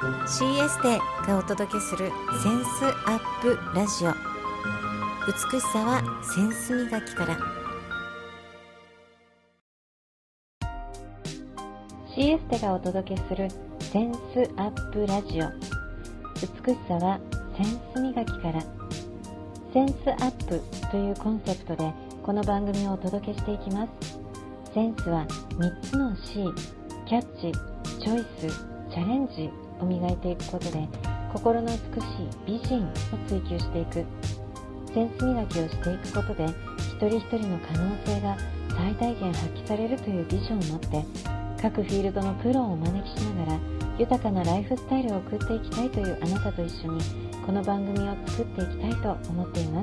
C エステがお届けするセンスアップラジオ。美しさはセンス磨きから。 C エステがお届けするセンスアップラジオ。美しさはセンス磨きから。センスアップというコンセプトでこの番組をお届けしていきます。センスは3つの C、 キャッチ、チョイス、チャレンジを磨いていくことで、心の美しい美人を追求していく。センス磨きをしていくことで、一人一人の可能性が最大限発揮されるというビジョンを持って、各フィールドのプロをお招きしながら豊かなライフスタイルを送っていきたいというあなたと一緒に、この番組を作っていきたいと思っています。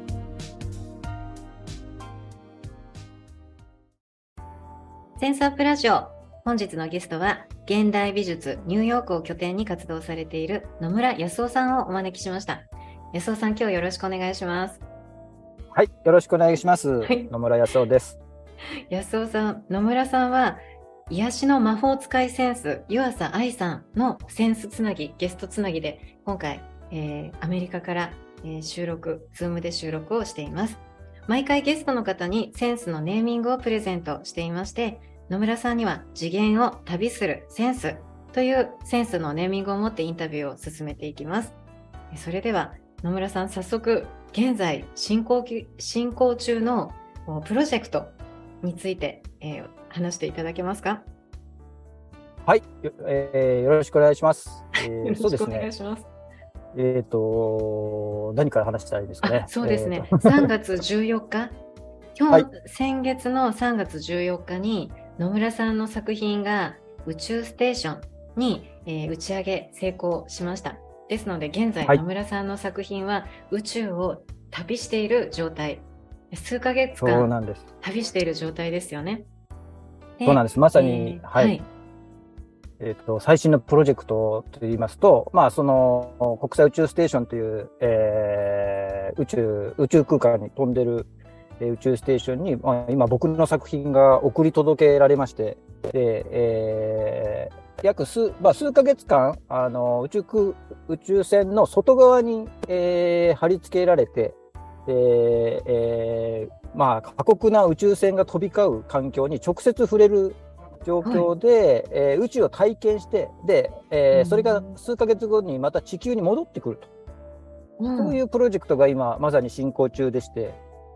センスアップラジオ、本日のゲストは現代美術ニューヨークを拠点に活動されている野村康夫さんをお招きしました。康夫さん、今日よろしくお願いします。 はい、よろしくお願いします。 はい、 野村康夫です。 康夫さん、野村さんは癒しの魔法使いセンス湯浅愛さんのセンスつなぎ、ゲストつなぎで今回、アメリカから、Zoom で収録をしています。毎回ゲストの方にセンスのネーミングをプレゼントしていまして、野村さんには次元を旅するセンスというセンスのネーミングを持ってインタビューを進めていきます。それでは野村さん、早速現在進行中のプロジェクトについて、話していただけますか？ はい、よろしくお願いします。 よろしくお願いします。 何から話したらいいですかね。 そうですね、3月14日先月の3月14日に野村さんの作品が宇宙ステーションに、打ち上げ成功しました。ですので現在、野村さんの作品は宇宙を旅している状態、数ヶ月間旅している状態ですよね。 そうなんです。まさに、最新のプロジェクトといいますと、その国際宇宙ステーションという、宇宙空間に飛んでる宇宙ステーションに、今僕の作品が送り届けられまして、で、約数ヶ月間宇宙船の外側に、貼り付けられて、過酷な宇宙船が飛び交う環境に直接触れる状況で、宇宙を体験して、で、それが数ヶ月後にまた地球に戻ってくると、そういうプロジェクトが今まさに進行中でして、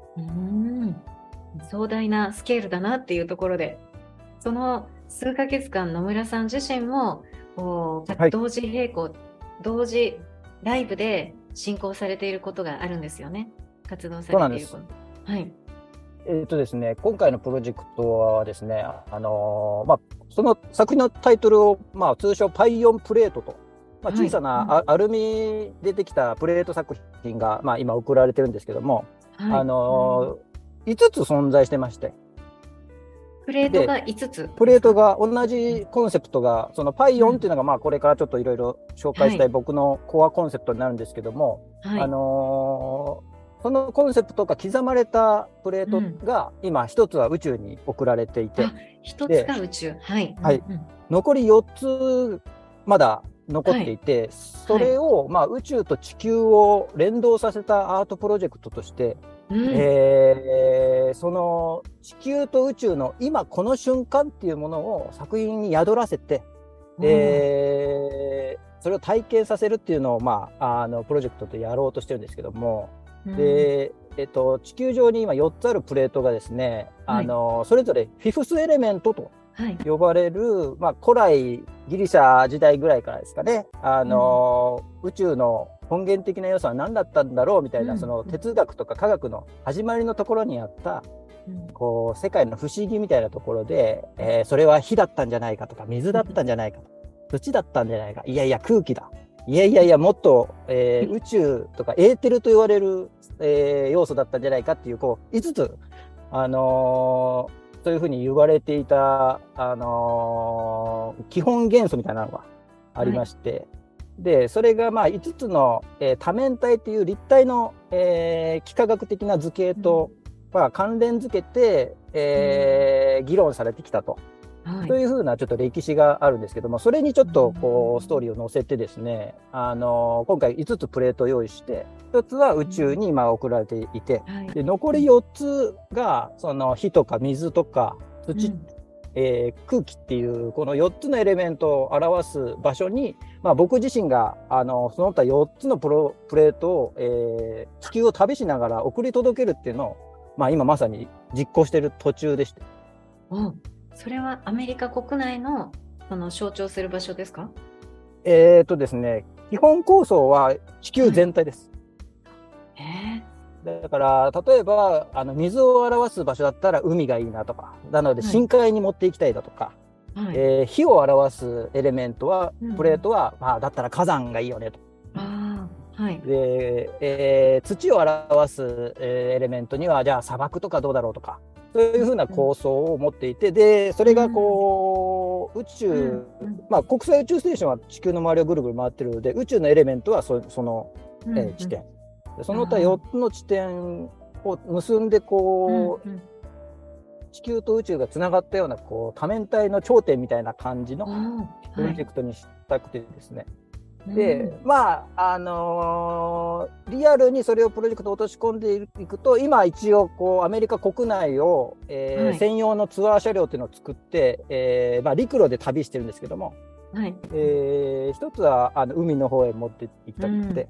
壮大なスケールだなっていうところで、その数ヶ月間野村さん自身も同時並行、同時ライブで進行されていることがあるんですよね。活動されていること。はい。 ですね、今回のプロジェクトはですね、その作品のタイトルを、通称パイオンプレートと、小さなアルミでできたプレート作品が、今送られてるんですけども、5つ存在してまして、 プレートが5つ、 プレートが同じコンセプトが、そのパイオンっていうのが、これからちょっといろいろ紹介したい僕のコアコンセプトになるんですけども、そのコンセプトが刻まれたプレートが、今1つは宇宙に送られていて、 1つが宇宙、 残り4つまだ残っていて、それを、宇宙と地球を連動させたアートプロジェクトとして、その地球と宇宙の今この瞬間っていうものを作品に宿らせて、それを体験させるっていうのを、プロジェクトでやろうとしてるんですけども、で、地球上に今4つあるプレートがですね、それぞれフィフスエレメントと呼ばれる、古来ギリシャ時代ぐらいからですかね、宇宙の根源的な要素は何だったんだろうみたいな、その哲学とか科学の始まりのところにあった、世界の不思議みたいなところで、それは火だったんじゃないかとか、水だったんじゃないかとか、土だったんじゃないか、いやいや空気だ、いやもっと、宇宙とかエーテルと言われる、要素だったんじゃないかっていう、5つ、そういうふうに言われていた、基本元素みたいなのがありまして、でそれが5つの、多面体っていう立体の、幾何学的な図形と、関連づけて、議論されてきたとはい。 というふうなちょっと歴史があるんですけども、それにちょっとこうストーリーを載せてですね、今回5つプレートを用意して、1つは宇宙に今送られていて、 はい。 で残り4つがその火とか水とか土、空気っていうこの4つのエレメントを表す場所に、まあ、僕自身がその他4つのプレートを、地球を旅しながら送り届けるっていうのを、まあ、今まさに実行している途中でして。 それはアメリカ国内のその象徴する場所ですか？ ですね、基本構想は地球全体です。だから例えば水を表す場所だったら海がいいなとか、なので深海に持っていきたいだとか、火を表すエレメントは、プレートは、まあ、だったら火山がいいよねと。で、土を表すエレメントにはじゃあ砂漠とかどうだろうとか、そういうふうな構想を持っていて、でそれがこう宇宙、まあ、国際宇宙ステーションは地球の周りをぐるぐる回ってるので、宇宙のエレメントはその、地点、その他4つの地点を結んでこう、地球と宇宙がつながったようなこう多面体の頂点みたいな感じのプロジェクトにしたくてですね、でまあリアルにそれをプロジェクトを落とし込んでいくと、今一応こうアメリカ国内を、専用のツアー車両っていうのを作って、まあ、陸路で旅してるんですけども、一つは海の方へ持っていきたくて、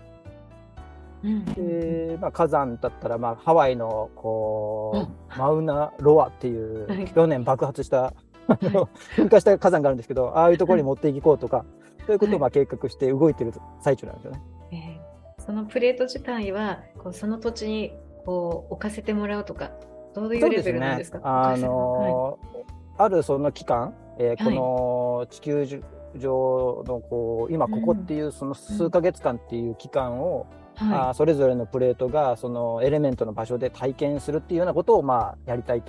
まあ、火山だったら、まあ、ハワイのこう、マウナロアっていう去年爆発した噴火した火山があるんですけど、ああいうところに持っていこうとか、そういうことをまあ計画して動いてる最中なんですよね。 そのプレート自体はこうその土地にこう置かせてもらうとか、どういうレベルなんですか？ あるその期間、この地球上のこう今ここっていうその数ヶ月間っていう期間を、それぞれのプレートがそのエレメントの場所で体験するっていうようなことをまあやりたいと。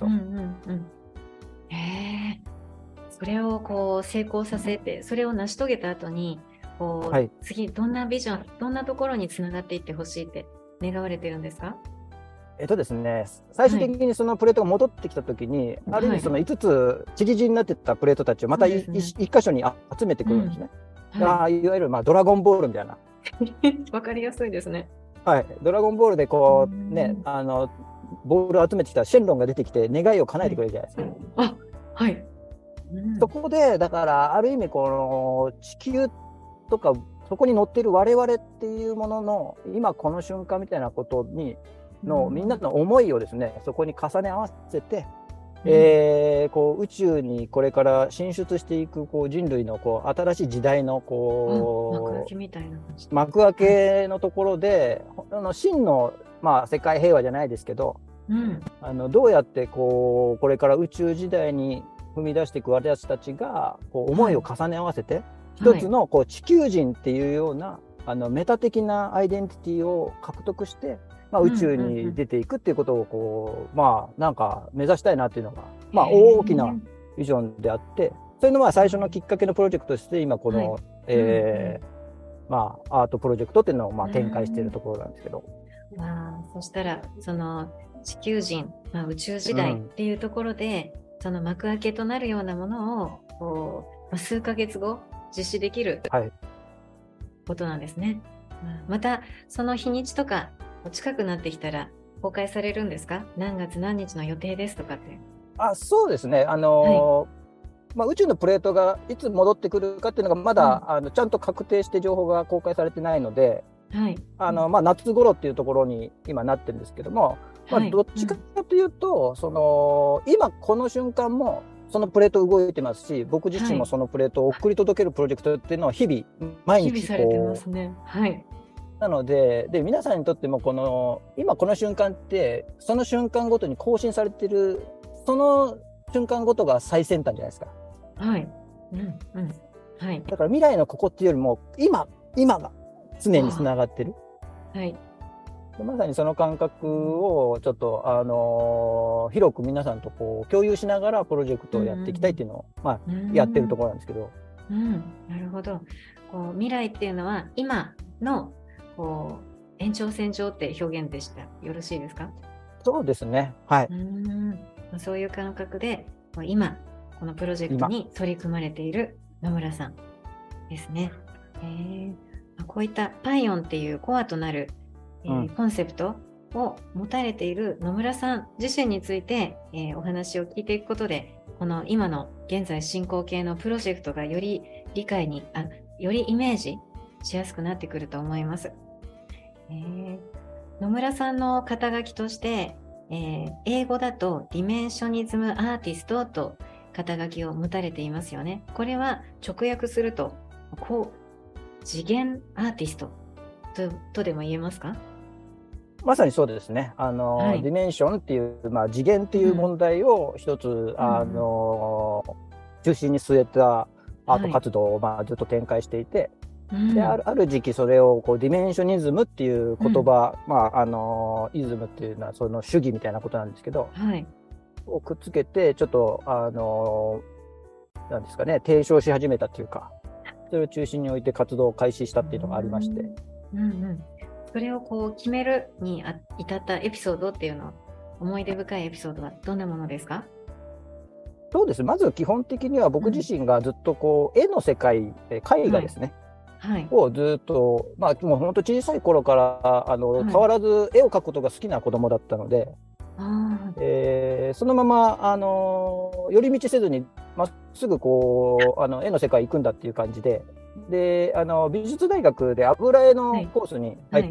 それをこう成功させて、それを成し遂げた後にこう、次どんなビジョン、どんなところにつながっていってほしいって願われてるんですか？ ですね、最終的にそのプレートが戻ってきたときに、ある意味その5つちりぢりになってたプレートたちをまた一箇所に集めてくるんですね。いわゆるまあドラゴンボールみたいな。 わかりやすいですね。 ドラゴンボールでこうね、ボールを集めてきたシェンロンが出てきて願いを叶えてくれるじゃないですか。そこでだからある意味この地球とかそこに乗っている我々っていうものの今この瞬間みたいなことにのみんなの思いをですね、そこに重ね合わせて、こう宇宙にこれから進出していくこう人類のこう新しい時代のこう幕開けみたいな感じ、幕開けのところで、真のまあ世界平和じゃないですけど、どうやってこれから宇宙時代に踏み出していく私たちがこう思いを重ね合わせて、一つのこう地球人っていうようなメタ的なアイデンティティを獲得して、まあ、宇宙に出ていくっていうことをこう、まあなんか目指したいなっていうのが、まあ、大きなビジョンであって、それのまあ最初のきっかけのプロジェクトとして今この、まあ、アートプロジェクトっていうのをまあ展開しているところなんですけど、 そしたらその地球人、まあ、宇宙時代っていうところで、その幕開けとなるようなものをこう、数ヶ月後実施できることなんですね。またその日にちとか近くなってきたら公開されるんですか？何月何日の予定ですとかって。 そうですね。まあ、宇宙のプレートがいつ戻ってくるかっていうのがまだ、ちゃんと確定して情報が公開されてないので、まあ、夏頃っていうところに今なってるんですけども、まあ、どっちかというと、その今この瞬間もそのプレート動いてますし、僕自身もそのプレートを送り届けるプロジェクトっていうのは日々毎日されてますね。 なので、皆さんにとっても今この瞬間ってその瞬間ごとに更新されてる、その瞬間ごとが最先端じゃないですか。だから未来のここっていうよりも今が常につながってる。まさにその感覚をちょっと広く皆さんとこう共有しながらプロジェクトをやっていきたいっていうのを、まあ、やってるところなんですけど。 なるほど。こう未来っていうのは今のこう延長線上って表現でした。よろしいですか？ そうですね。 そういう感覚で今このプロジェクトに取り組まれている野村さんですね。こういったパイオンっていうコアとなる、コンセプトを持たれている野村さん自身について、お話を聞いていくことで、この今の現在進行形のプロジェクトがより理解によりイメージしやすくなってくると思います。野村さんの肩書きとして、英語だとディメンショニズムアーティストと肩書きを持たれていますよね。これは直訳すると次元アーティストとでも言えますか？ まさにそうですね。ディメンションっていう、次元っていう問題を一つ、中心に据えたアート活動を、ずっと展開していて、である時期それをディメンショニズムっていう言葉、イズムっていうのはその主義みたいなことなんですけど、をくっつけてちょっとなんですかね、提唱し始めたっていうか、それを中心に置いて活動を開始したっていうのがありまして、 それを決めるに至ったエピソードっていうのは、思い出深いエピソードはどんなものですか？ そうです。まず基本的には僕自身がずっと絵の世界、絵画ですね、をずっと、もう本当小さい頃から変わらず絵を描くことが好きな子供だったので、そのまま寄り道せずにまっすぐ絵の世界行くんだっていう感じで、で美術大学で油絵のコースに入って、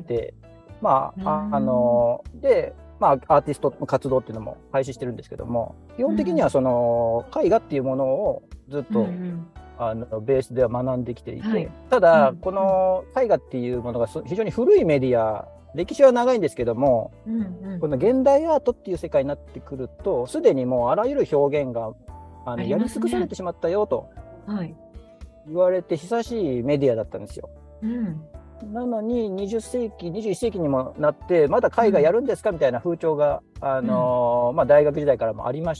でアーティストの活動っていうのも開始してるんですけども、基本的にはその絵画っていうものをずっと、ベースでは学んできていて、ただ、この絵画っていうものが非常に古いメディア、歴史は長いんですけども、この現代アートっていう世界になってくると、すでにもうあらゆる表現がやり尽くされてしまったよと言われて久しいメディアだったんですよ。なのに20世紀21世紀にもなってまだ絵画やるんですかみたいな風潮が、大学時代からもありまして、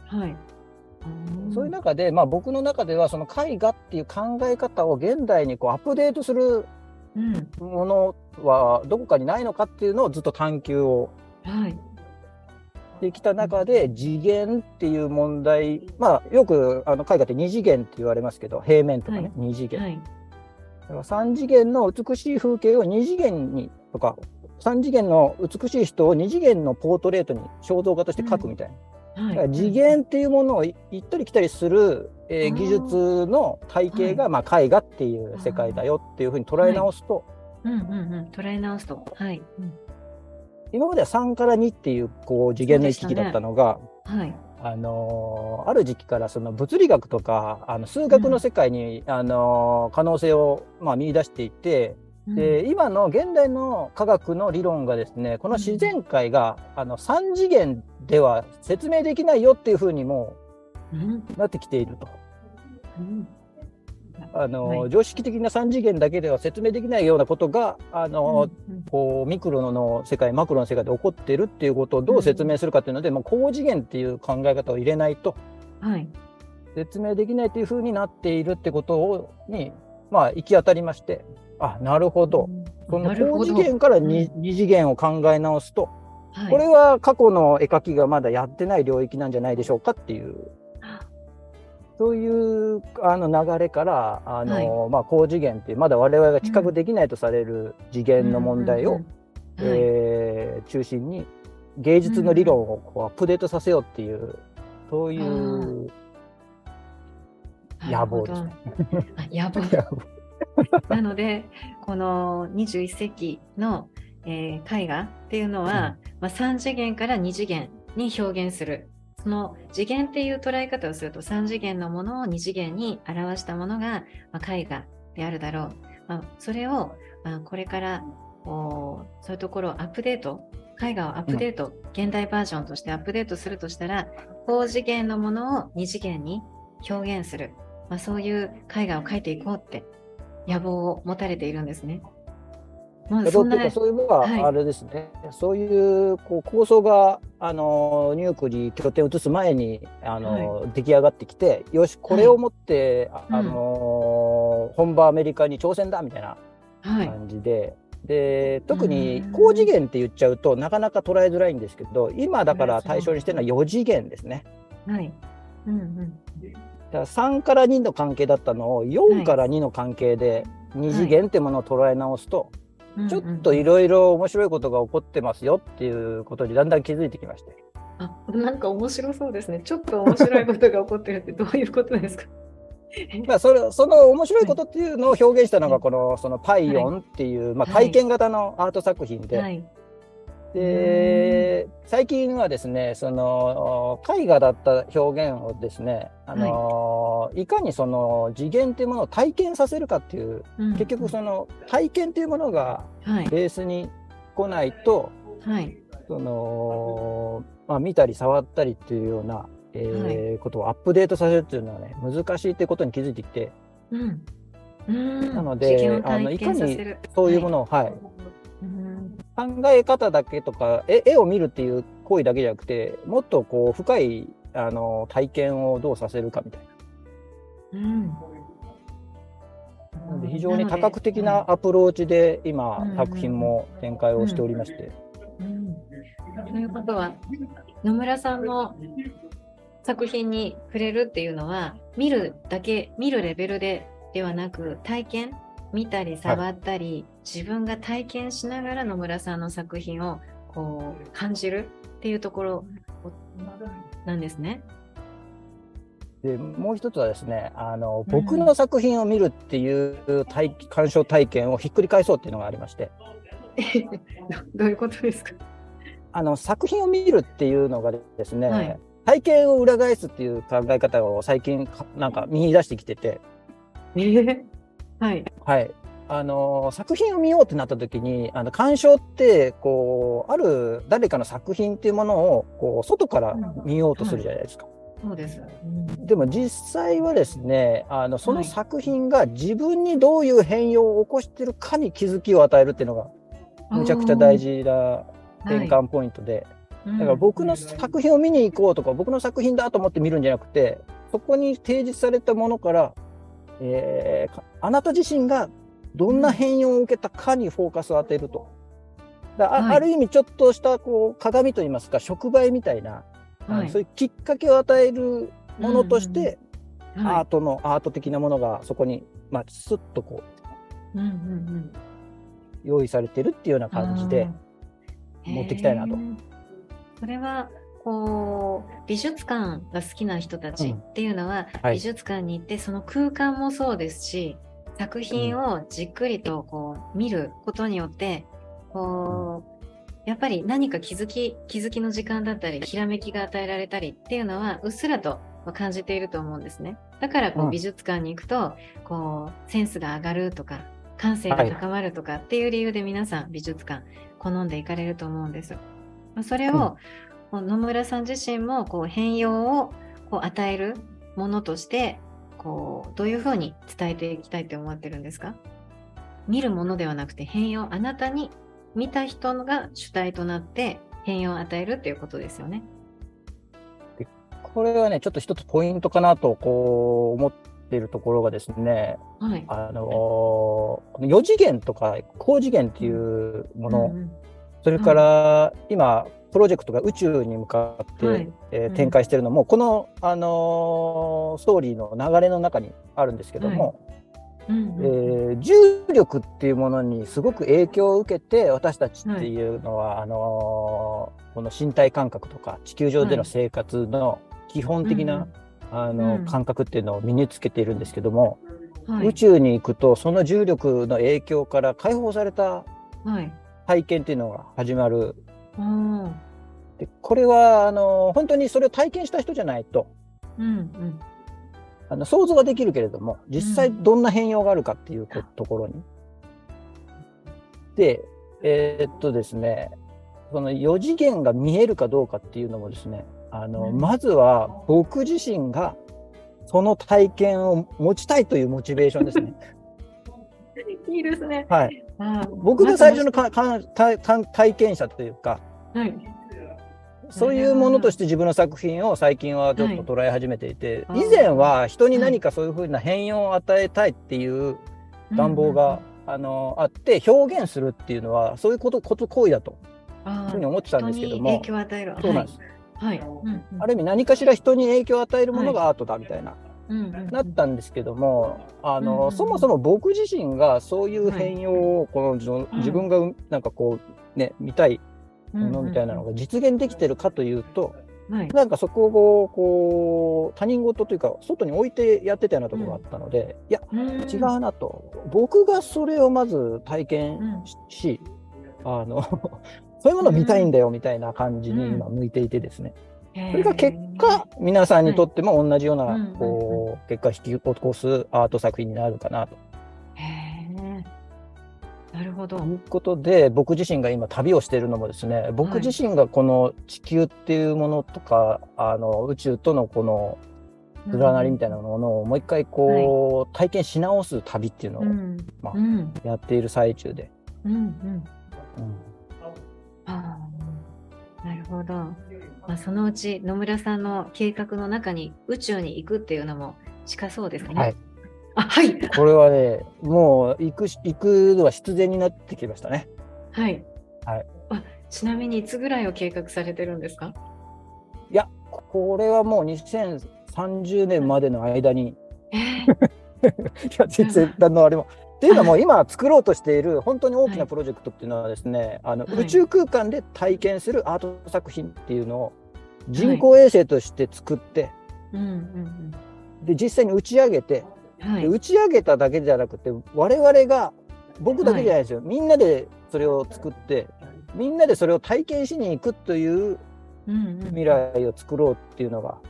そういう中で、僕の中ではその絵画っていう考え方を現代にアップデートするものはどこかにないのかっていうのをずっと探求をしてきた中で、次元っていう問題、よく絵画って2次元って言われますけど、平面とかね、2次元。3次元の美しい風景を2次元にとか、3次元の美しい人を2次元のポートレートに肖像画として描くみたいな、だから次元っていうものを行ったり来たりする、技術の体系が、絵画っていう世界だよっていうふうに捉え直すと、今までは3から2っていう次元の行き来だったのが、ある時期からその物理学とか数学の世界に、可能性を見出していて、で今の現代の科学の理論がですね、この自然界が3次元では説明できないよっていうふうにもなってきていると。常識的な3次元だけでは説明できないようなことがミクロの世界、マクロの世界で起こっているっていうことをどう説明するかっていうので、高次元っていう考え方を入れないと説明できないというふうになっているってことに行き当たりまして、なるほど、この高次元から 2次元を考え直すと、これは過去の絵描きがまだやってない領域なんじゃないでしょうかっていう、そういう流れから高次元っていうまだ我々が知覚できないとされる次元の問題を中心に芸術の理論をアップデートさせようっていう、そういう野望ですね。 野望なのでこの21世紀の、絵画っていうのは、3次元から2次元に表現する、その次元っていう捉え方をすると3次元のものを2次元に表したものが、絵画であるだろう。それを、これからそういうところをアップデート、絵画をアップデート、現代バージョンとしてアップデートするとしたら、高次元のものを2次元に表現する、そういう絵画を描いていこうって野望を持たれているんですね。 そういうのはあれですね、そういう構想がニューヨークに拠点を移す前に出来上がってきて、よしこれをもって、本場アメリカに挑戦だみたいな感じで、で特に高次元って言っちゃうとなかなか捉えづらいんですけど、今だから対象にしてるのは4次元ですね。 うんうん。 だから3から2の関係だったのを4から2の関係で2次元ってものを捉え直すと、ちょっといろいろ面白いことが起こってますよっていうことにだんだん気づいてきまして。 あ、なんか面白そうですね。ちょっと面白いことが起こってるってどういうことですか？ まあその面白いことっていうのを表現したのがそのパイオンっていう、まあ、体験型のアート作品で、はい、で最近はですねその絵画だった表現をですねいかにその次元というものを体験させるかっていう、結局その体験というものがベースに来ないと、そのまあ、見たり触ったりっていうようなことをアップデートさせるっていうのはね難しいっていうことに気づいてきて、なのでいかにそういうものを、考え方だけとか絵を見るっていう行為だけじゃなくてもっとこう深い体験をどうさせるかみたいな、なので非常に多角的なアプローチで今、作品も展開をしておりまして。 ということは野村さんの作品に触れるっていうのは見るレベルではなく体験見たり触ったり、自分が体験しながら野村さんの作品をこう感じるっていうところなんですね。 でもう一つはですね僕の作品を見るっていう鑑賞体験をひっくり返そうっていうのがありましてどういうことですか？ 作品を見るっていうのがですね、体験を裏返すっていう考え方を最近なんか見出してきてて、 はい、 はい、作品を見ようってなった時に鑑賞ってこうある誰かの作品っていうものをこう外から見ようとするじゃないですか。 そうです。 でも実際はですねその作品が自分にどういう変容を起こしてるかに気づきを与えるっていうのがむちゃくちゃ大事な転換ポイントで、だから僕の作品を見に行こうとか僕の作品だと思って見るんじゃなくてそこに提示されたものから、あなた自身がどんな変容を受けたかにフォーカスを当てると。ある意味ちょっとしたこう鏡といいますか触媒みたいな、そういうきっかけを与えるものとして、アート的なものがそこに、スッとこう、用意されてるっていうような感じで持ってきたいなと。 それはこう美術館が好きな人たちっていうのは、美術館に行ってその空間もそうですし作品をじっくりとこう見ることによってこうやっぱり何か気づきの時間だったりひらめきが与えられたりっていうのはうっすらと感じていると思うんですね。だからこう美術館に行くとこうセンスが上がるとか感性が高まるとかっていう理由で皆さん美術館好んで行かれると思うんです。それを、野村さん自身もこう変容をこう与えるものとしてこうどういうふうに伝えていきたいと思ってるんですか？見るものではなくて変容、あなたに見た人が主体となって変容を与えるっていうことですよね。 でこれはねちょっと一つポイントかなとこう思っているところがですね、4次元とか高次元っていうもの、それから今プロジェクトが宇宙に向かって、展開しているのもこの、ストーリーの流れの中にあるんですけども、重力っていうものにすごく影響を受けて私たちっていうのは、この身体感覚とか地球上での生活の基本的な、感覚っていうのを身につけているんですけども、宇宙に行くとその重力の影響から解放された体験っていうのが始まる。でこれは本当にそれを体験した人じゃないと、想像はできるけれども実際どんな変容があるかっていうところに、でですねその4次元が見えるかどうかっていうのもですねまずは僕自身がその体験を持ちたいというモチベーションですね。 いいですね。 僕が最初の体験者というか、そういうものとして自分の作品を最近はちょっと捉え始めていて、以前は人に何かそういうふうな変容を与えたいっていう願望があって表現するっていうのはそういう行為だというふうに思ってたんですけども、 人に影響を与える。 そうなんです。 はい。うんうん、 ある意味何かしら人に影響を与えるものがアートだみたいな、なったんですけども、そもそも僕自身がそういう変容を自分がなんかこうね見たいものみたいなのが実現できてるかというと、なんかそこをこう他人事というか外に置いてやってたようなところがあったので、いや違うなと、僕がそれをまず体験し、そういうものを見たいんだよみたいな感じに今向いていてですね。それが結果、皆さんにとっても同じような、こう、結果引き起こすアート作品になるかなと。 なるほど。 ということで、僕自身が今旅をしているのもですね、僕自身がこの地球っていうものとか、宇宙とのこの連なりみたいなものをもう一回こう、体験し直す旅っていうのを、やっている最中で。 なるほど。そのうち野村さんの計画の中に宇宙に行くっていうのも近そうですね。 はい。 はい。 これはね、もう行くのは必然になってきましたね。 はい。 はい。 ちなみにいつぐらいを計画されてるんですか？ いや、これはもう2030年までの間に。いや、全然何のあれも。っていうのも今作ろうとしている本当に大きなプロジェクトっていうのはですね、宇宙空間で体験するアート作品っていうのを人工衛星として作って、で実際に打ち上げて、で打ち上げただけじゃなくて我々が僕だけじゃないですよ、みんなでそれを作ってみんなでそれを体験しに行くという未来を作ろうっていうのが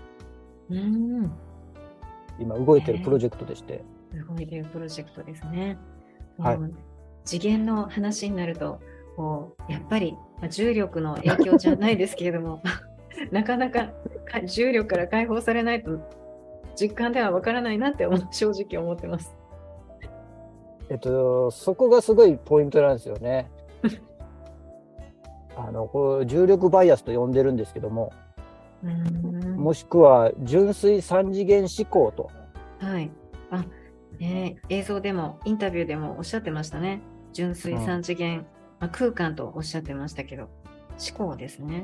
今動いてるプロジェクトでして。 動いてるプロジェクトですね。 はい、 次元の話になるとやっぱり重力の影響じゃないですけれどもなかなか重力から解放されないと実感ではわからないなって正直思ってます。 そこがすごいポイントなんですよね。これ重力バイアスと呼んでるんですけども、もしくは純粋三次元思考と。 はい。映像でもインタビューでもおっしゃってましたね。純粋三次元、空間とおっしゃってましたけど、思考ですね。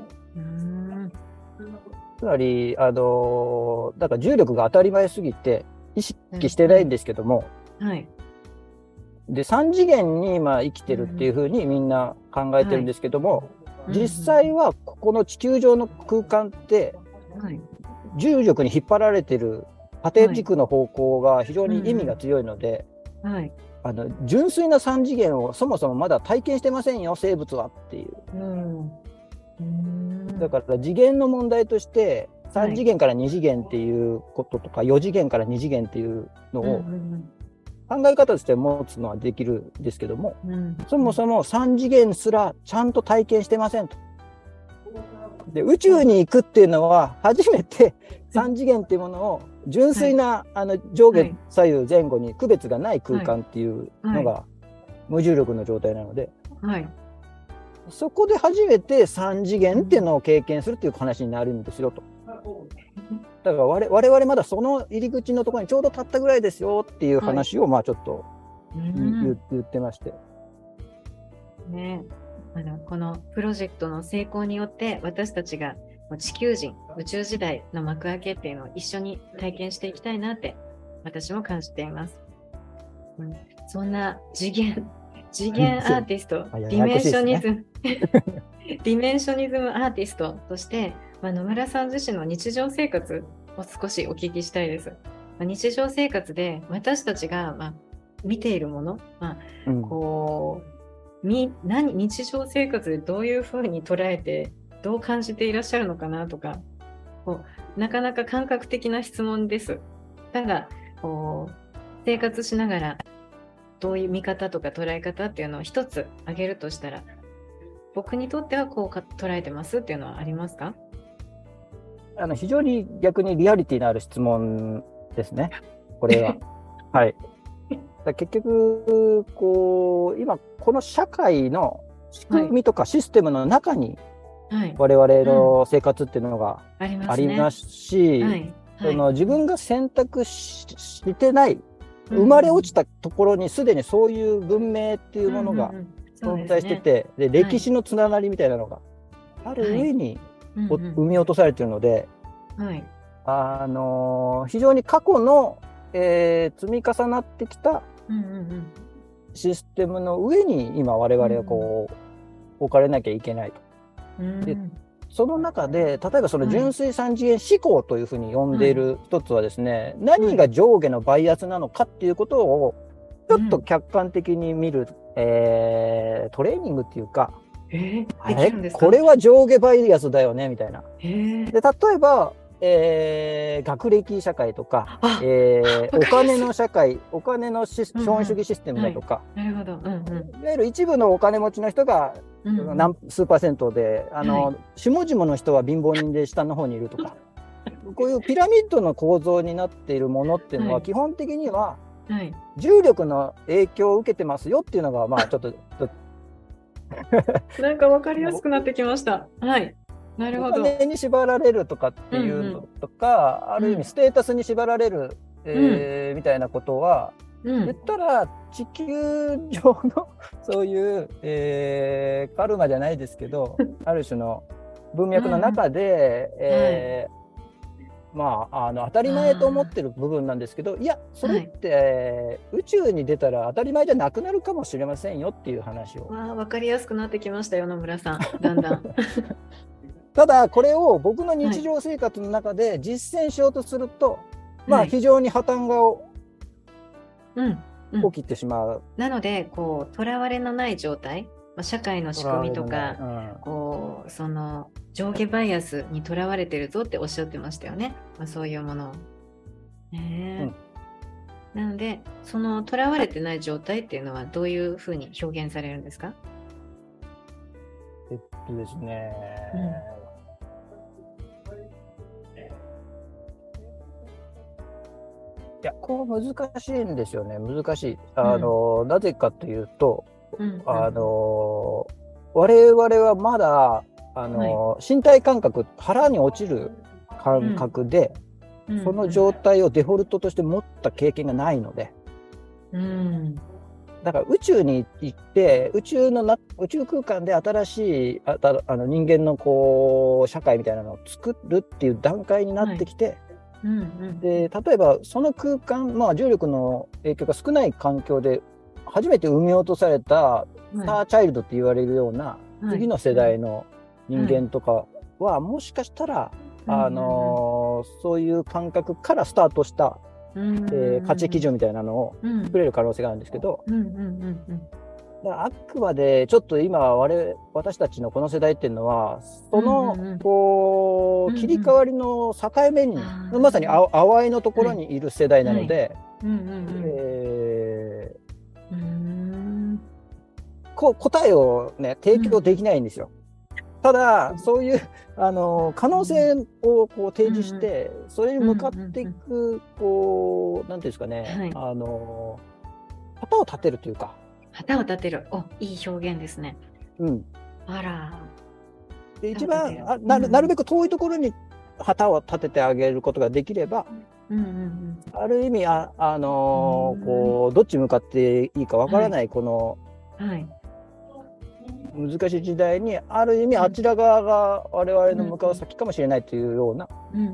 つまりだから重力が当たり前すぎて意識してないんですけども、で3次元に今生きてるっていうふうにみんな考えてるんですけども、実際はここの地球上の空間って、重力に引っ張られてる縦軸の方向が非常に意味が強いので、純粋な3次元をそもそもまだ体験してませんよ生物はっていう、だから次元の問題として3次元から2次元っていうこととか4次元から2次元っていうのを考え方として持つのはできるんですけども、そもそも3次元すらちゃんと体験してませんと。で宇宙に行くっていうのは初めて3次元っていうものを純粋な上下左右前後に区別がない空間っていうのが無重力の状態なので、そこで初めて3次元っていうのを経験するっていう話になるんですよと。だから我々まだその入り口のところにちょうど立ったぐらいですよっていう話をちょっと言ってまして。 このプロジェクトの成功によって私たちが地球人宇宙時代の幕開けっていうのを一緒に体験していきたいなって私も感じています。そんな次元アーティスト、ディメンショニズムディメンショニズムアーティストとして、野村さん自身の日常生活を少しお聞きしたいです。日常生活で私たちが、見ているもの、日常生活でどういうふうに捉えてどう感じていらっしゃるのかなとか、なかなか感覚的な質問です。ただ生活しながらどういう見方とか捉え方っていうのを一つ挙げるとしたら、僕にとってはこう捉えてますっていうのはありますか？ 非常に逆にリアリティのある質問ですね、これは。はい。結局今この社会の仕組みとかシステムの中に我々の生活っていうのがありますし、自分が選択してない生まれ落ちたところにすでにそういう文明っていうものが存在してて、で歴史のつながりみたいなのがある上に、 生み落とされているので、 はい。 非常に過去の、積み重なってきたシステムの上に今我々はこう、置かれなきゃいけないと。でその中で例えばその純粋三次元思考というふうに呼んでいる一つはですね、何が上下のバイアスなのかっていうことをちょっと客観的に見る、トレーニングっていうか、あれこれは上下バイアスだよねみたいな。で例えば、学歴社会とか、お金の社会、お金の資本主義システムだとか、 なるほど。 いわゆる一部のお金持ちの人が数%で、下々の人は貧乏人で下の方にいるとか、こういうピラミッドの構造になっているものっていうのは、基本的には重力の影響を受けてますよっていうのが、まあちょっとなんか分かりやすくなってきました。はい。なるほど。 お金に縛られるとかっていうのとか、ある意味ステータスに縛られる、みたいなことは、言ったら地球上のそういう、カルマじゃないですけどある種の文脈の中で、まあ、当たり前と思ってる部分なんですけど、いやそれって、宇宙に出たら当たり前じゃなくなるかもしれませんよっていう話を。 分かりやすくなってきましたよ、野村さん、だんだん。 ただこれを僕の日常生活の中で実践しようとすると、まあ非常に破綻が起きてしまう。 なのでこうとらわれのない状態、社会の仕組みとか、こうその上下バイアスにとらわれてるぞっておっしゃってましたよね、そういうものを。なのでそのとらわれてない状態っていうのはどういうふうに表現されるんですか？ ですね、いやこれ難しいんですよね。難しい。なぜかというと、我々はまだ身体感覚、腹に落ちる感覚で、その状態をデフォルトとして持った経験がないので、だから宇宙に行って宇宙空間で新しい人間のこう社会みたいなのを作るっていう段階になってきて、で例えばその空間、重力の影響が少ない環境で初めて生み落とされたスターチャイルドって言われるような次の世代の人間とかは、もしかしたらそういう感覚からスタートした価値基準みたいなのを作れる可能性があるんですけど、あくまでちょっと今私たちのこの世代っていうのはそのこう切り替わりの境目にまさに淡いのところにいる世代なので、答えをね提供できないんですよ。ただそういう可能性をこう提示して、それに向かっていくこうなんていうんですかね、旗を立てるというか。 旗を立てる。いい表現ですね。あら。 で一番なるべく遠いところに旗を立ててあげることができれば、ある意味こうどっち向かっていいかわからないこの難しい時代に、ある意味あちら側が我々の向かう先かもしれないというような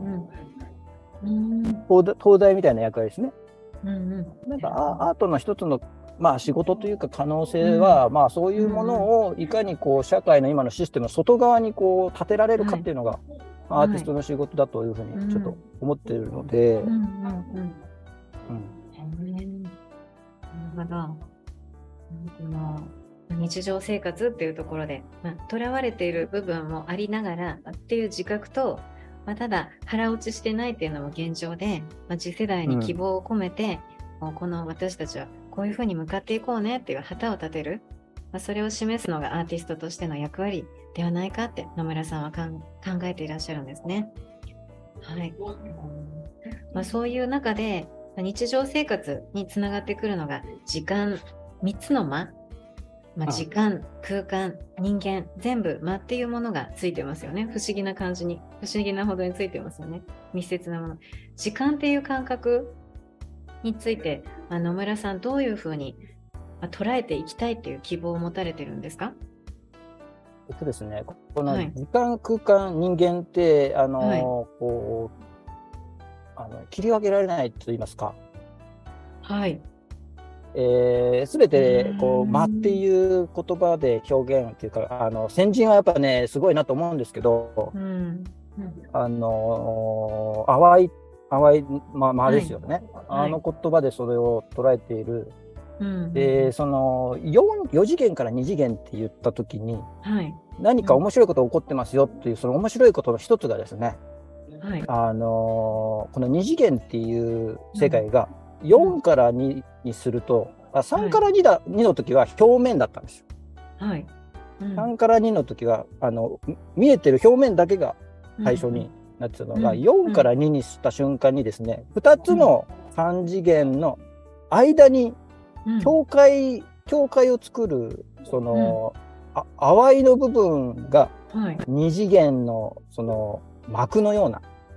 灯台みたいな役割ですね。なんかアートの一つの仕事というか可能性は、そういうものをいかにこう社会の今のシステムの外側にこう立てられるかっていうのが、アーティストの仕事だというふうにちょっと思っているので。 なるほど。日常生活っていうところでとらわれている部分もありながらっていう自覚と、ただ腹落ちしてないっていうのも現状で、次世代に希望を込めて、この私たちはこういうふうに向かっていこうねっていう旗を立てる、それを示すのがアーティストとしての役割ではないかって野村さんは考えていらっしゃるんですね。はい。そういう中で日常生活につながってくるのが時間、3つの間、時間、空間、人間、全部間っていうものがついてますよね。不思議な感じに、不思議なほどについてますよね。密接なもの。時間っていう感覚について野村さんどういうふうに捉えていきたいっていう希望を持たれてるんですか？ ですね、この時間、空間、人間って、こう、切り分けられないと言いますか。 はい。 すべて、こう、間っていう言葉で表現っていうか、先人はやっぱね、すごいなと思うんですけど、淡い間ですよね。あの言葉でそれを捉えている。で、その4次元から2次元って言ったときに、何か面白いことが起こってますよっていう、その面白いことの一つがですね、この2次元っていう世界が4から2にすると、3から2の時は表面だったんですよ。3から2の時は見えてる表面だけが最初になってたのが、4から2にした瞬間にですね、2つの3次元の間に境界を作る、その、淡いの部分が2次元のその膜のような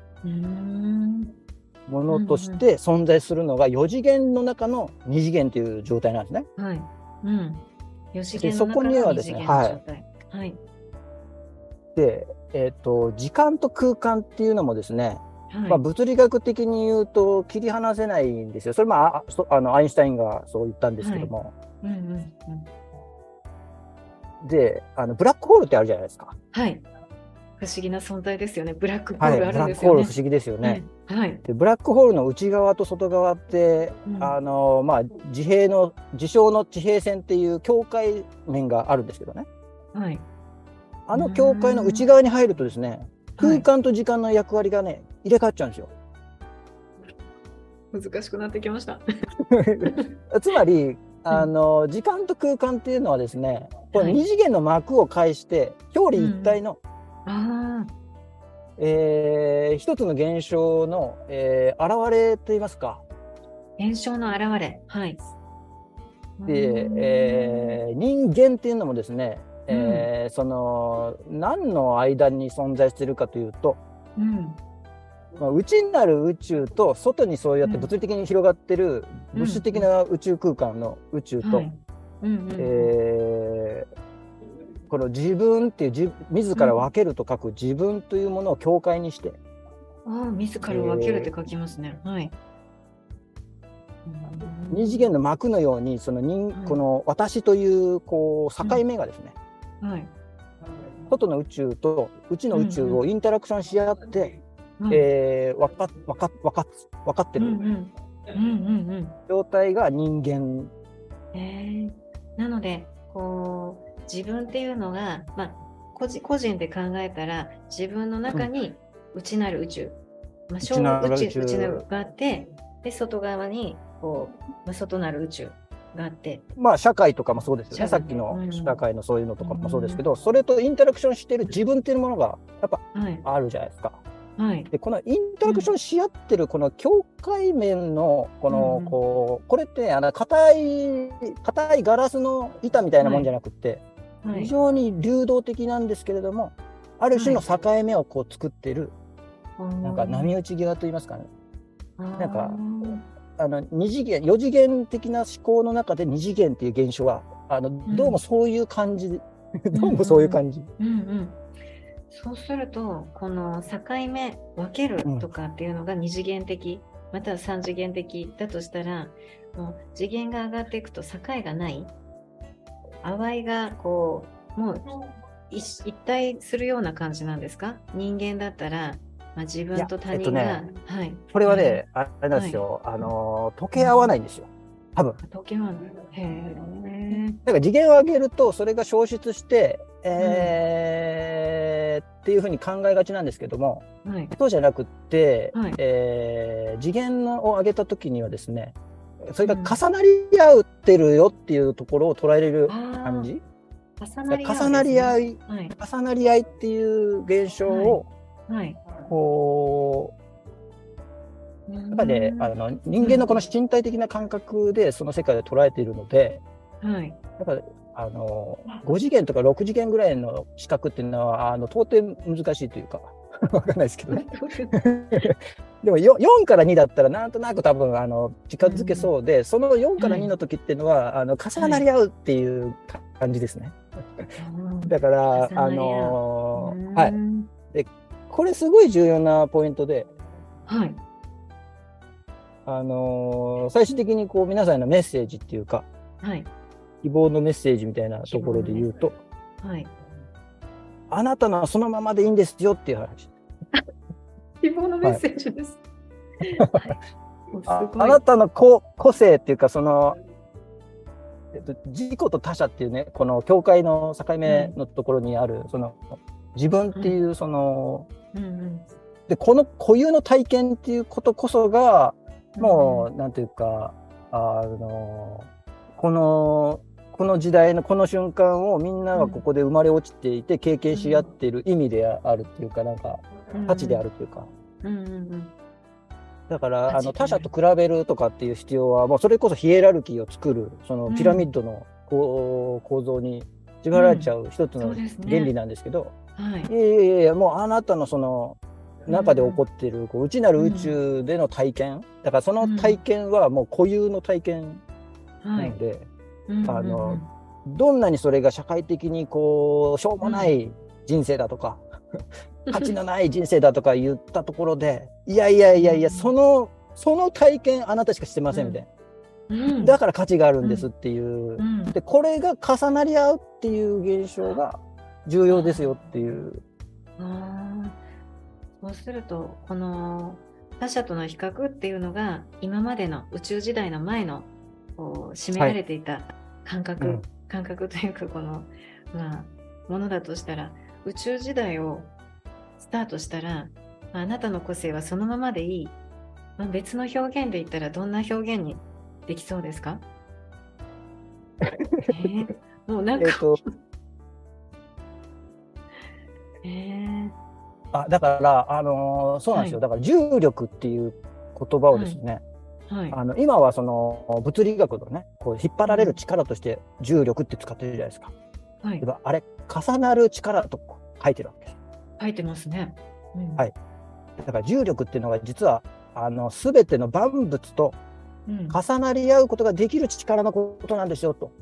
ものとして存在するのが4次元の中の2次元という状態なんですね。 4次元の中の2次元の状態。 で、時間と空間っていうのもですね、物理学的に言うと切り離せないんですよ。それもアインシュタインがそう言ったんですけども。で、ブラックホールってあるじゃないですか。 不思議な存在ですよね。ブラックホールあるんですよね。 ブラックホール不思議ですよね。でブラックホールの内側と外側って、事象の地平線っていう境界面があるんですけどね。あの境界の内側に入るとですね、空間と時間の役割がね、入れ替わっちゃうんですよ。 難しくなってきました。 つまり、時間と空間っていうのはですね、この2次元の膜を介して表裏一体の、一つの現象の、現れといいますか。 現象の現れ。 で、人間っていうのもですね、その何の間に存在しているかというと、内なる宇宙と外にそうやって物理的に広がってる物質的な宇宙空間の宇宙と、この自分っていう自ら分けると書く自分というものを境界にして、 自ら分けるって書きますね。 二次元の膜のようにこの私という境目がですね、外の宇宙と内の宇宙をインタラクションし合って、分かってる状態が人間。 なので自分っていうのが、個人で考えたら自分の中に内なる宇宙、小宇宙があって、で外側に外なる宇宙があって、 社会とかもそうですよね。さっきの社会のそういうのとかもそうですけど、それとインタラクションしている自分っていうものがやっぱあるじゃないですか。でこのインタラクションし合ってるこの境界面のこれって硬いガラスの板みたいなもんじゃなくて、非常に流動的なんですけれども、ある種の境目を作っている、なんか波打ち際といいますかね。なんか2次元4次元的な思考の中で2次元っていう現象はどうもそういう感じ、どうもそういう感じ。 そうするとこの境目分けるとかっていうのが2次元的、または3次元的だとしたら、もう次元が上がっていくと境がない、淡いがもう一体するような感じなんですか？人間だったら、自分と他人が、 これはね、あれなんですよ、溶け合わないんですよ、多分。 溶け合わない。 だから次元を上げるとそれが消失して、っていうふうに考えがちなんですけども、そうじゃなくって、次元を上げた時にはですね、それが重なり合ってるよっていうところを捉えれる感じ。重なり合いっていう現象を、やっぱりね、人間のこの身体的な感覚でその世界で捉えているので、やっぱ5次元とか6次元ぐらいの視覚っていうのは到底難しいというかわかんないですけどね。でも 4から2だったらなんとなく多分近づけそうで、その4から2の時っていうのは重なり合うっていう感じですね。 うんだから重なり合う。 はい。で、これすごい重要なポイントで、 はい。 最終的にこう皆さんへのメッセージっていうか、 はい。 希望のメッセージみたいなところで言うと、 はい。 あなたのはそのままでいいんですよっていう話。 希望のメッセージです。はい。もうすごい。 あなたの個性っていうか、自己と他者っていうね、この境界の境目のところにある、その自分っていうその、でこの固有の体験っていうことこそが、もうなんていうか、この時代のこの瞬間をみんながここで生まれ落ちていて経験し合っている意味であるっていうか、なんか価値であるというか。だから他者と比べるとかっていう必要はもうそれこそヒエラルキーを作るそのピラミッドの構造に縛られちゃう一つの原理なんですけど、いやいやもうあなたのその中で起こっている内なる宇宙での体験、だからその体験はもう固有の体験なので、どんなにそれが社会的にこうしょうもない人生だとか、価値のない人生だとか言ったところで、いやいやいやいや、その体験あなたしかしてませんみたいな、だから価値があるんですっていう、でこれが重なり合うっていう現象が重要ですよっていう。 そうするとこの他者との比較っていうのが今までの宇宙時代の前の占められていた感覚というか、このものだとしたら、宇宙時代をスタートしたら、あなたの個性はそのままでいい、別の表現で言ったらどんな表現にできそうですか？もうなんかだからそうなんですよ、だから重力っていう言葉をですね、今はその物理学のねこう引っ張られる力として重力って使ってるじゃないですか。あれ重なる力と書いてるわけです。 書いてますね。 はい。だから重力っていうのが実は全ての万物と重なり合うことができる力のことなんですよと。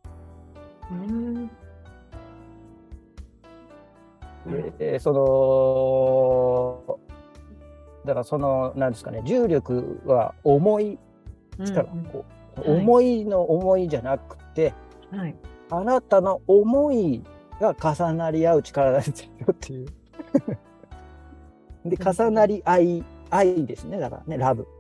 だからなんですかね、重力は重い力、重いの重いじゃなくて、あなたの思いが重なり合う力なんですよっていう。で重なり合いですね、だからね、ラブ。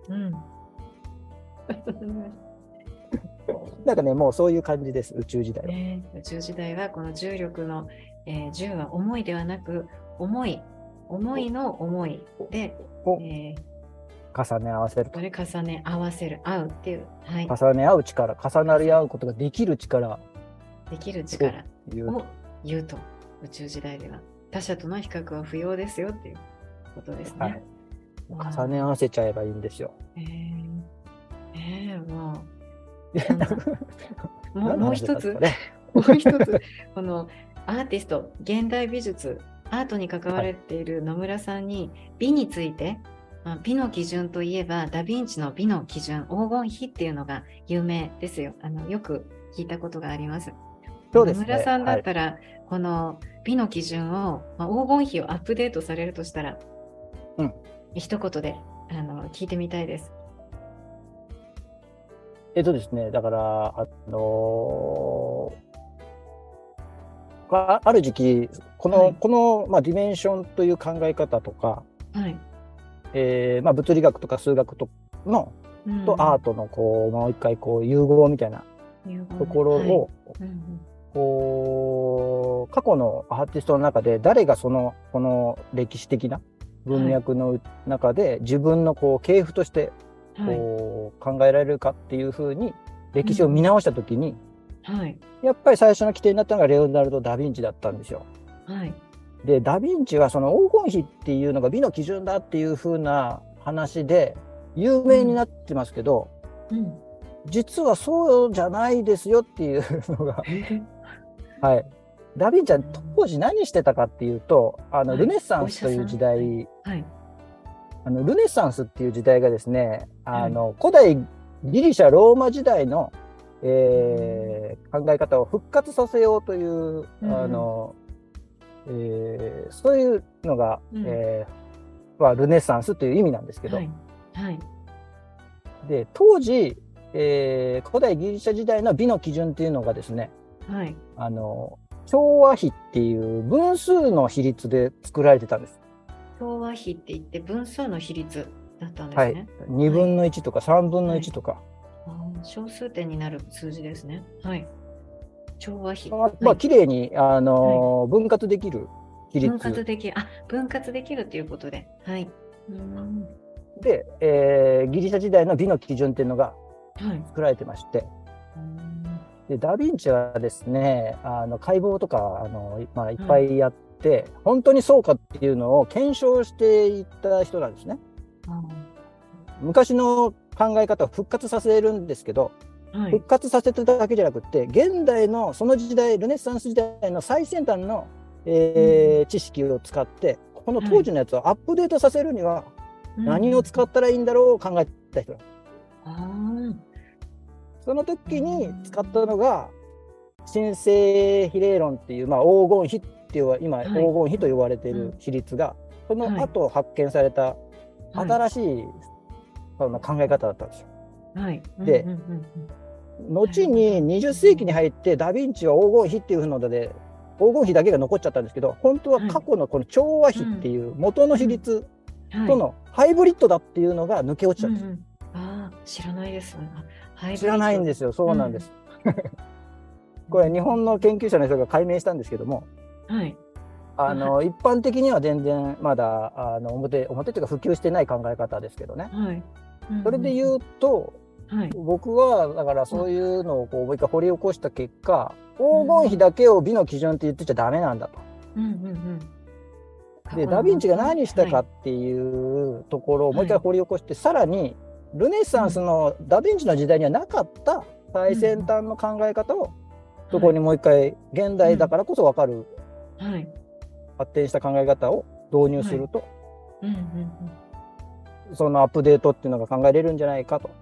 なんかね、もうそういう感じです、宇宙時代は。 宇宙時代はこの重力の、重は重いではなく思いの思いで、 重ね合わせる。 これ重ね合わせる、合うっていう、 重ね合う力、重なり合うことができる力を言うと、宇宙時代では他者との比較は不要ですよっていうことですね。 重ね合わせちゃえばいいんですよ。 もう一つこのアーティスト、現代美術、アートに関われている野村さんに美について、美の基準といえばダ・ヴィンチの美の基準、黄金比っていうのが有名ですよ。よく聞いたことがあります。野村さんだったら、この美の基準を、黄金比をアップデートされるとしたら、一言で聞いてみたいです。 ですね、だからある時期このディメンションという考え方とか、物理学とか数学とのとアートのもう一回融合みたいなところを、過去のアーティストの中で誰がこの歴史的な文脈の中で自分の系譜として考えられるかっていうふうに歴史を見直したときに、やっぱり最初の起点になったのがレオナルド・ダ・ヴィンチだったんですよ。でダ・ヴィンチはその黄金比っていうのが美の基準だっていうふうな話で有名になってますけど、実はそうじゃないですよっていうのがダ・ヴィンチは当時何してたかっていうとルネッサンスという時代、ルネッサンスっていう時代がですね、古代ギリシャローマ時代の、考考え方を復活させようという、そういうのが、ルネサンスという意味なんですけど、で当時、古代ギリシャ時代の美の基準っていうのがですね、調和比っていう分数の比率で作られてたんです。 調和比って言って分数の比率だったんですね。 2分の1とか3分の1とか、 小数点になる数字ですね。調和比。 きれいに分割できる比率。 分割できるということで。 で、ギリシャ時代の美の基準っていうのが作られてまして、でダ・ヴィンチはですね、解剖とかいっぱいやって、本当にそうかっていうのを検証していった人なんですね。昔の考え方を復活させるんですけど、復活させてただけじゃなくて、現代のその時代、ルネサンス時代の最先端の、知識を使って、この当時のやつをアップデートさせるには何を使ったらいいんだろうを考えた人。その時に使ったのが新生比例論っていう、黄金比っていう今、黄金比と呼ばれている比率が、その後発見された新しいそんな考え方だったんですよ。で、後に20世紀に入ってダ・ヴィンチは黄金比っていうので黄金比だけが残っちゃったんですけど、本当は過去のこの調和比っていう元の比率とのハイブリッドだっていうのが抜け落ちたんです。 知らないです。 知らないんですよ。そうなんです。これ日本の研究者の人が解明したんですけども、一般的には全然まだ表というか普及してない考え方ですけどね。それで言うと、僕はだからそういうのをこうもう一回掘り起こした結果、黄金比だけを美の基準って言ってちゃダメなんだと。でダ・ヴィンチが何したかっていうところをもう一回掘り起こして、さらにルネサンスのダ・ヴィンチの時代にはなかった最先端の考え方をそこにもう一回現代だからこそ分かる発展した考え方を導入すると、そのアップデートっていうのが考えれるんじゃないかと。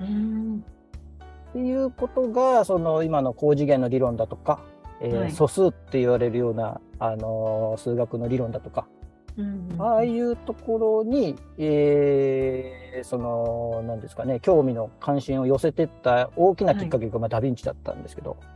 っていうことがその今の高次元の理論だとか、素数って言われるような数学の理論だとか、ああいうところに、その何ですかね、興味の関心を寄せていった大きなきっかけが、ダ・ヴィンチだったんですけど、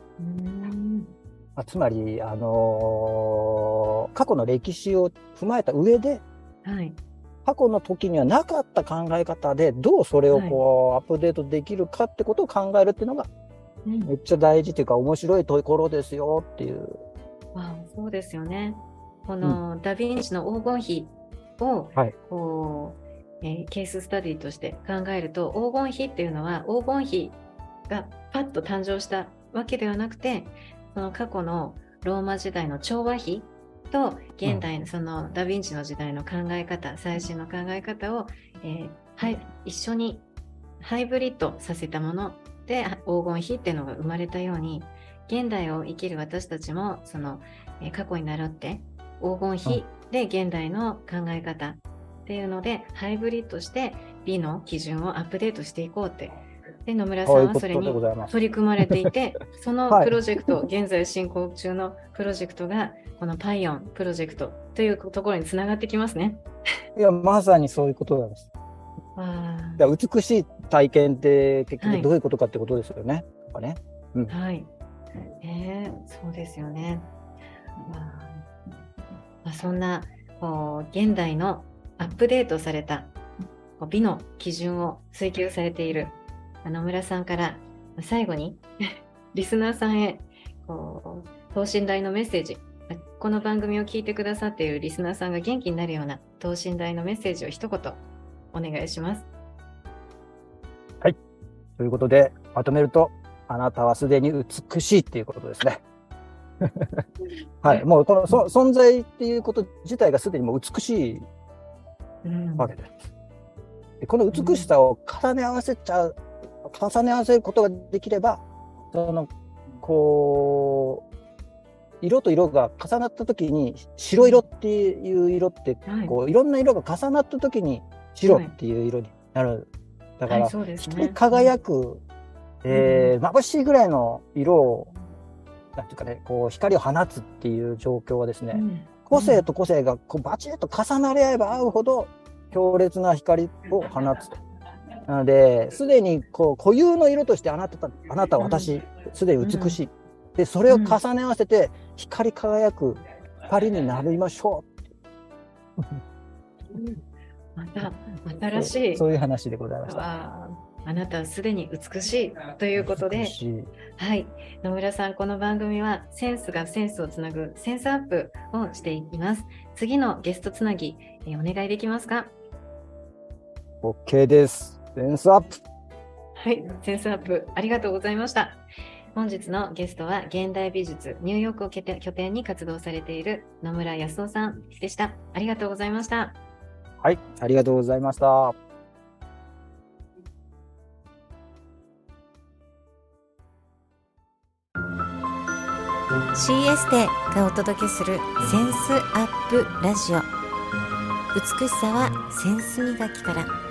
つまり、過去の歴史を踏まえた上で、過去の時にはなかった考え方でどうそれをこう、アップデートできるかってことを考えるっていうのがめっちゃ大事というか面白いところですよっていう。 そうですよね。このダ・ヴィンチの黄金比をこう、ケーススタディとして考えると、黄金比っていうのは黄金比がパッと誕生したわけではなくて、その過去のローマ時代の調和比と現代のそのダ・ヴィンチの時代の考え方、最新の考え方を、一緒にハイブリッドさせたもので黄金比っていうのが生まれたように、現代を生きる私たちもその、過去に倣って黄金比で現代の考え方っていうのでハイブリッドして美の基準をアップデートしていこうって。で野村さんはそれに取り組まれていて、そのプロジェクト、現在進行中のプロジェクトがこのパイオンプロジェクトというところにつながってきますね。 いや、まさにそういうことなんです。美しい体験って結局どういうことかってことですよね。そうですよね。そんな現代のアップデートされた美の基準を追求されている野村さんから最後にリスナーさんへ等身大のメッセージ、この番組を聞いてくださっているリスナーさんが元気になるような等身大のメッセージを一言お願いします。 はい、ということでまとめると、あなたはすでに美しいっていうことですね。もうこの存在っていうこと自体がすでにもう美しいわけです。でこの美しさを重ね合わせることができれば、そのこう色と色が重なった時に白色っていう色ってこういろんな色が重なった時に白っていう色になる。だから光り輝く眩しいぐらいの色を、なんていうかね、こう光を放つっていう状況はですね、個性と個性がこうバチッと重なり合えば合うほど強烈な光を放つと。なので、すでにこう固有の色としてあなた、私、すでに美しい。で、それを重ね合わせて、光り輝く光になりましょう。 また新しい。 そういう話でございました。 あなたはすでに美しいということで、はい、野村さん、この番組はセンスがセンスをつなぐセンスアップをしていきます。次のゲストつなぎ、お願いできますか？ OK です。センスアップ。 はい、センスアップありがとうございました。本日のゲストは現代美術ニューヨークを拠点に活動されている野村康夫さんでした。ありがとうございました。 はい、ありがとうございました。 CS でがお届けするセンスアップラジオ。美しさはセンス磨きから。